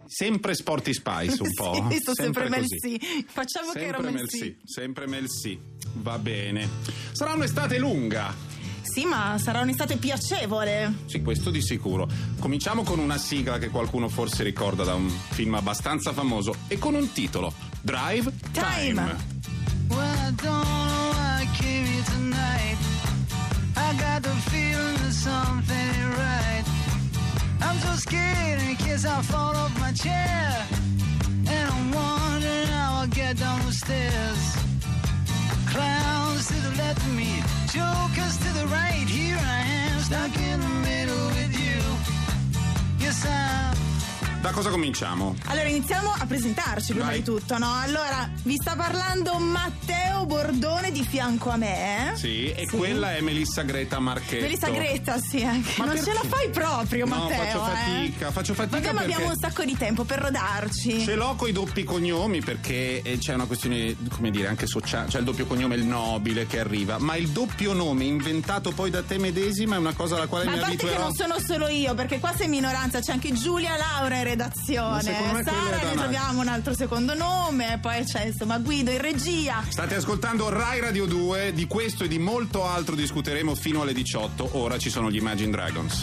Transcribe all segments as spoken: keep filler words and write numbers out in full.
sempre Sporty Spice un po'. Sì, sto sempre, sempre Mel così. C. Facciamo sempre che ero Mel, Mel C. C. Sempre Mel C. Va bene. Sarà un'estate lunga. Sì, ma sarà un'estate piacevole. Sì, questo di sicuro. Cominciamo con una sigla che qualcuno forse ricorda da un film abbastanza famoso e con un titolo: Drive Time. Time. Well, I don't know why I came here tonight. I got the feeling that something ain't right. I'm so scared in case I fall off my chair, and I'm wondering how I'll get down the stairs. Clowns to the left of me, jokers to the right. Here I am, stuck in the middle with you. Yes, I'm. Da cosa cominciamo? Allora iniziamo a presentarci prima Vai. di tutto, no? Allora, vi sta parlando Matteo Bordone di fianco a me. Sì, e Sì. quella è Melissa Greta Marchetto. Melissa Greta, sì, anche. Ma non perché? ce la fai proprio, No, Matteo. faccio fatica, eh? faccio fatica Vabbè, ma perché abbiamo un sacco di tempo per rodarci. ce l'ho coi doppi cognomi perché eh, c'è una questione, come dire, anche sociale. C'è il doppio cognome, il nobile che arriva, ma il doppio nome inventato poi da te medesima è una cosa alla quale Ma mi a parte che abituerò. non sono solo io, perché qua sei minoranza, c'è anche Giulia Laura in redazione. Ma secondo me quella è Sara, da ne una- troviamo un altro secondo nome, poi c'è insomma Guido in regia. State ascoltando Rai Radio due, di questo e di molto altro discuteremo fino alle diciotto. Ora ci sono gli Imagine Dragons.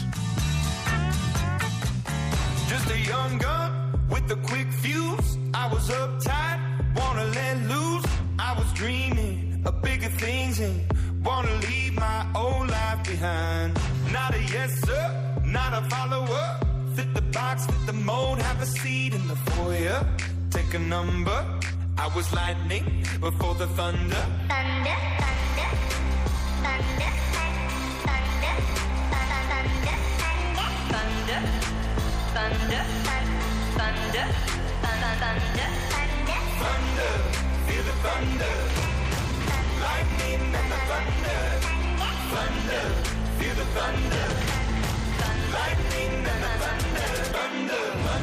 Just a young gun with a quick fuse. I was uptight, wanna let loose. I was dreaming of bigger things and wanna leave my old life behind. Not a yes sir, not a follower. Fit the box, fit the mold, have a seat in the foyer. Take a number. I was lightning before the thunder. Thunder, thunder, thunder, thunder, thunder, thunder, thunder, thunder, thunder, thunder, Thunder, feel the thunder. Lightning and the thunder. Thunder, feel the thunder. Lightning and the thunder. Thunder,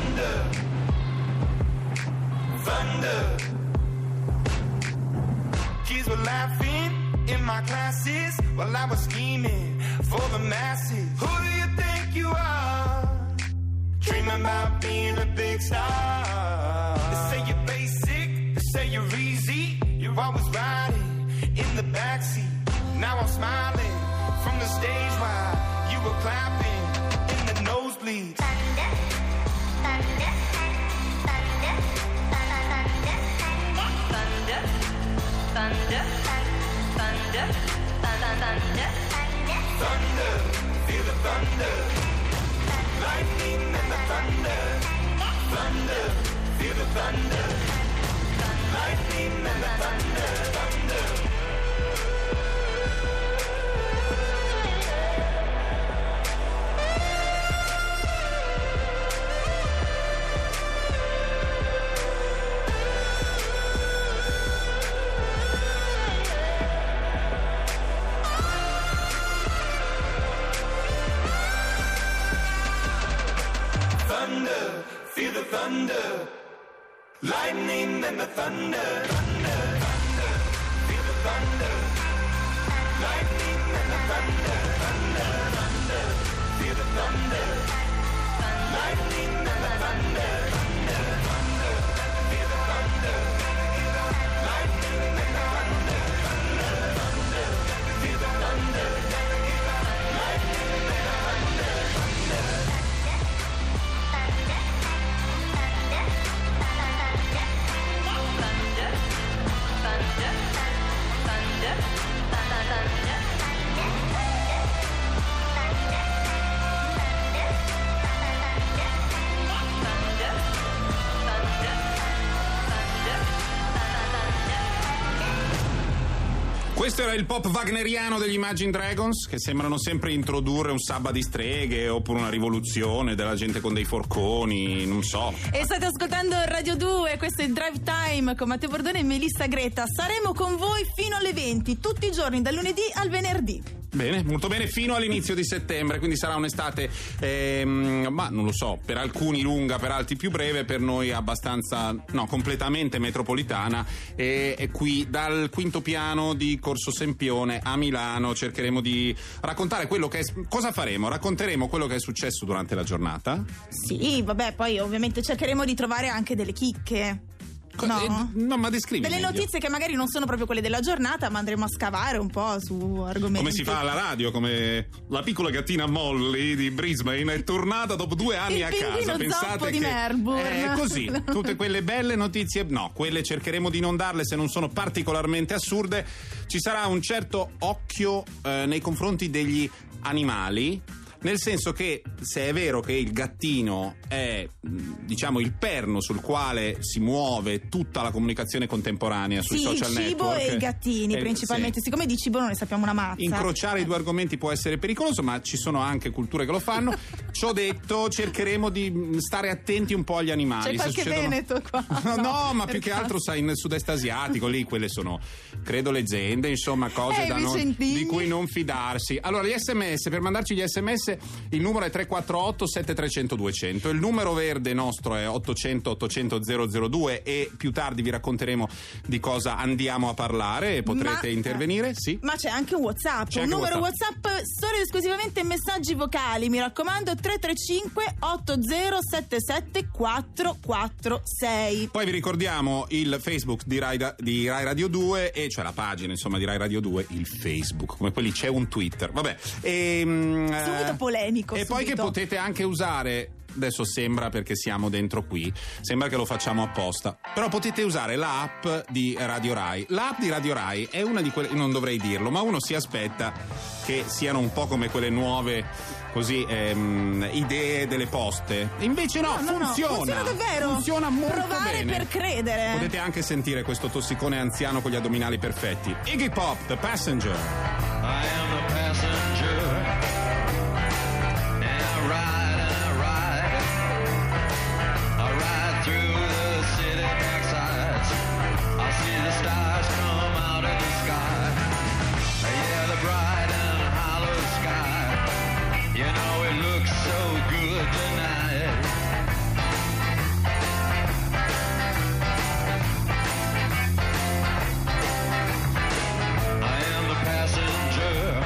thunder. Thunder. Kids were laughing in my classes while I was scheming for the masses. Who do you think you are? Dreaming about being a big star. They say you're basic, they say you're easy. You're always riding in the backseat. Now I'm smiling from the stage while you were clapping in the nosebleeds. thunder, thunder, thunder, thunder, Thunder, thunder, thunder, thunder, thunder. Thunder, feel the thunder. Lightning and the thunder. Thunder, feel the thunder. Lightning and the thunder. Thunder. Thunder, feel the thunder. Lightning and the thunder. Thunder, thunder, feel the thunder. Lightning and the thunder. Thunder, thunder, feel the thunder. Lightning and the thunder. Thunder, thunder, feel the thunder. Lightning and the thunder. Thunder, thunder, feel the thunder. Lightning and the thunder. Questo era il pop wagneriano degli Imagine Dragons, che sembrano sempre introdurre un sabba di streghe oppure una rivoluzione della gente con dei forconi, non so. E state ascoltando Radio due, questo è Drive Time con Matteo Bordone e Melissa Greta. Saremo con voi fino alle venti, tutti i giorni, dal lunedì al venerdì. Bene, molto bene, fino all'inizio di settembre, quindi sarà un'estate, ehm, ma non lo so, per alcuni lunga, per altri più breve, per noi abbastanza, no, completamente metropolitana. E, e qui dal quinto piano di Corso Sempione a Milano cercheremo di raccontare quello che è. Cosa faremo? Racconteremo quello che è successo durante la giornata? Sì, vabbè, poi ovviamente cercheremo di trovare anche delle chicche. No. Eh, no, ma descrivi delle meglio. notizie che magari non sono proprio quelle della giornata, ma andremo a scavare un po' su argomenti. Come si fa alla radio, come la piccola gattina Molly di Brisbane è tornata dopo due anni Il a casa. pinguino Pensate zoppo che di Melbourne. è così. Tutte quelle belle notizie, no, quelle cercheremo di non darle se non sono particolarmente assurde. Ci sarà un certo occhio eh, nei confronti degli animali. Nel senso che, se è vero che il gattino è, diciamo, il perno sul quale si muove tutta la comunicazione contemporanea sui sì, social il cibo network, e i gattini eh, principalmente. sì. Siccome di cibo non ne sappiamo una mazza. Incrociare i due argomenti può essere pericoloso, ma ci sono anche culture che lo fanno. Ciò detto, cercheremo di stare attenti un po' agli animali. C'è qualche succedono... veneto qua. No, no, ma più che perché... altro, sai, nel sud-est asiatico, lì quelle sono, credo, leggende, insomma, cose Eh, da non, Vicentini. di cui non fidarsi. Allora, gli sms, per mandarci gli sms, il numero è tre quattro otto sette tre zero zero due zero zero, il numero verde nostro è ottocento ottocento zero zero due e più tardi vi racconteremo di cosa andiamo a parlare e potrete Ma- intervenire. Sì. Ma c'è anche un WhatsApp, C'è un anche numero WhatsApp. WhatsApp solo ed esclusivamente messaggi vocali, mi raccomando, tre tre cinque otto zero sette sette quattro quattro sei. Poi vi ricordiamo il Facebook di Rai, di Rai Radio due, e cioè la pagina, insomma, di Rai Radio due, il Facebook, come quelli c'è un Twitter, vabbè. E, Subito polemico, E poi subito. che potete anche usare, adesso sembra, perché siamo dentro qui, sembra che lo facciamo apposta, però potete usare l'app di Radio Rai. L'app di Radio Rai è una di quelle, non dovrei dirlo, ma uno si aspetta che siano un po' come quelle nuove, così, ehm, idee delle poste. Invece no, No, no, no, funziona. funziona davvero. Funziona molto Provare bene. per credere. Potete anche sentire questo tossicone anziano con gli addominali perfetti. Iggy Pop, The Passenger. I am the passenger, and I ride and I ride. I ride through the city backsides. I see the stars come out of the sky. Yeah, the bright and hollow sky. You know it looks so good tonight. I am the passenger.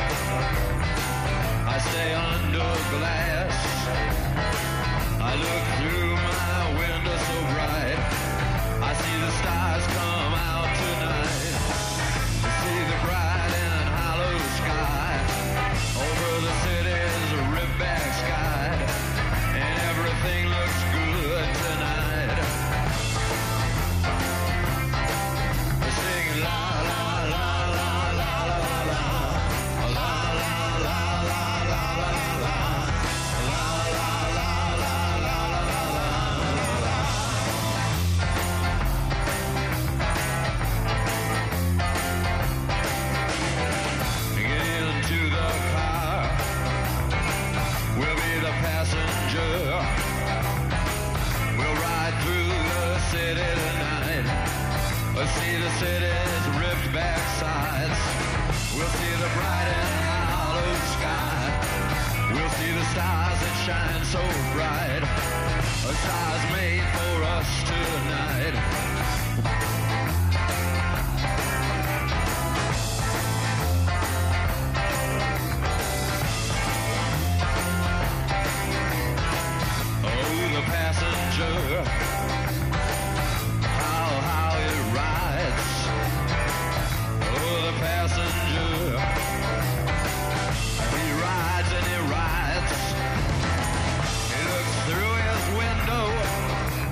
I stay under glass. I look through my window so bright. I see the stars come out tonight. I see the bright and hollow sky. Over the city's rip-back sky. And everything looks good tonight. I sing la la la la la la la la. La la la la la la la. La la la la la la la. Get into the car. We'll be the passenger. We'll ride through the city tonight. We'll see the city's ripped back sides. We'll see the bright and hollow sky. We'll see the stars that shine so bright. The stars made for us tonight. Oh, the passenger, how, how it rides. Oh, the passenger, he rides and he rides. He looks through his window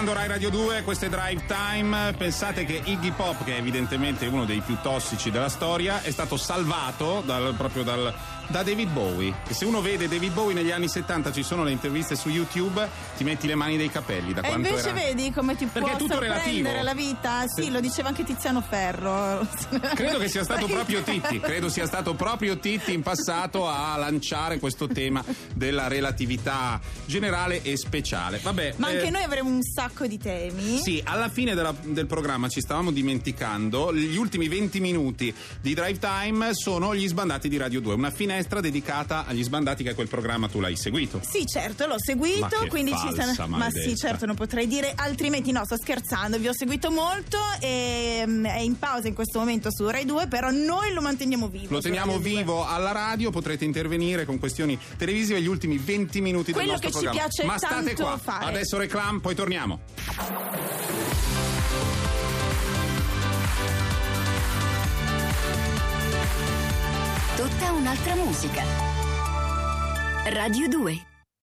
ascoltando Rai Radio due, questo è Drive Time. Pensate che Iggy Pop, che è evidentemente uno dei più tossici della storia, è stato salvato dal, proprio dal, da David Bowie. E se uno vede David Bowie negli anni settanta, ci sono le interviste su YouTube, ti metti le mani nei capelli da E quanto invece era... vedi come ti Perché può è tutto sorprendere relativo. la vita. Sì, Sì. lo diceva anche Tiziano Ferro. Credo che sia stato proprio Titti, credo sia stato proprio Titti in passato a lanciare questo tema della relatività generale e speciale. Vabbè, Ma anche eh, noi avremo un sacco di temi. Sì, alla fine della- del programma ci stavamo dimenticando, gli ultimi venti minuti di Drive Time sono gli sbandati di Radio due, una finestra dedicata agli sbandati, che è quel programma, tu l'hai seguito. Sì, certo, l'ho seguito, Ma che quindi ci falsa, sono. Ma maledetta. sì, certo, non potrei dire altrimenti. No, sto scherzando, vi ho seguito molto e mm, è in pausa in questo momento su Rai due, però noi lo manteniamo vivo. Lo su teniamo Radio due. vivo alla radio, potrete intervenire con questioni televisive gli ultimi venti minuti Quello del nostro che ci programma. piace Ma state tanto qua, fare. adesso reclam, poi torniamo. Tutta un'altra musica. Radio due.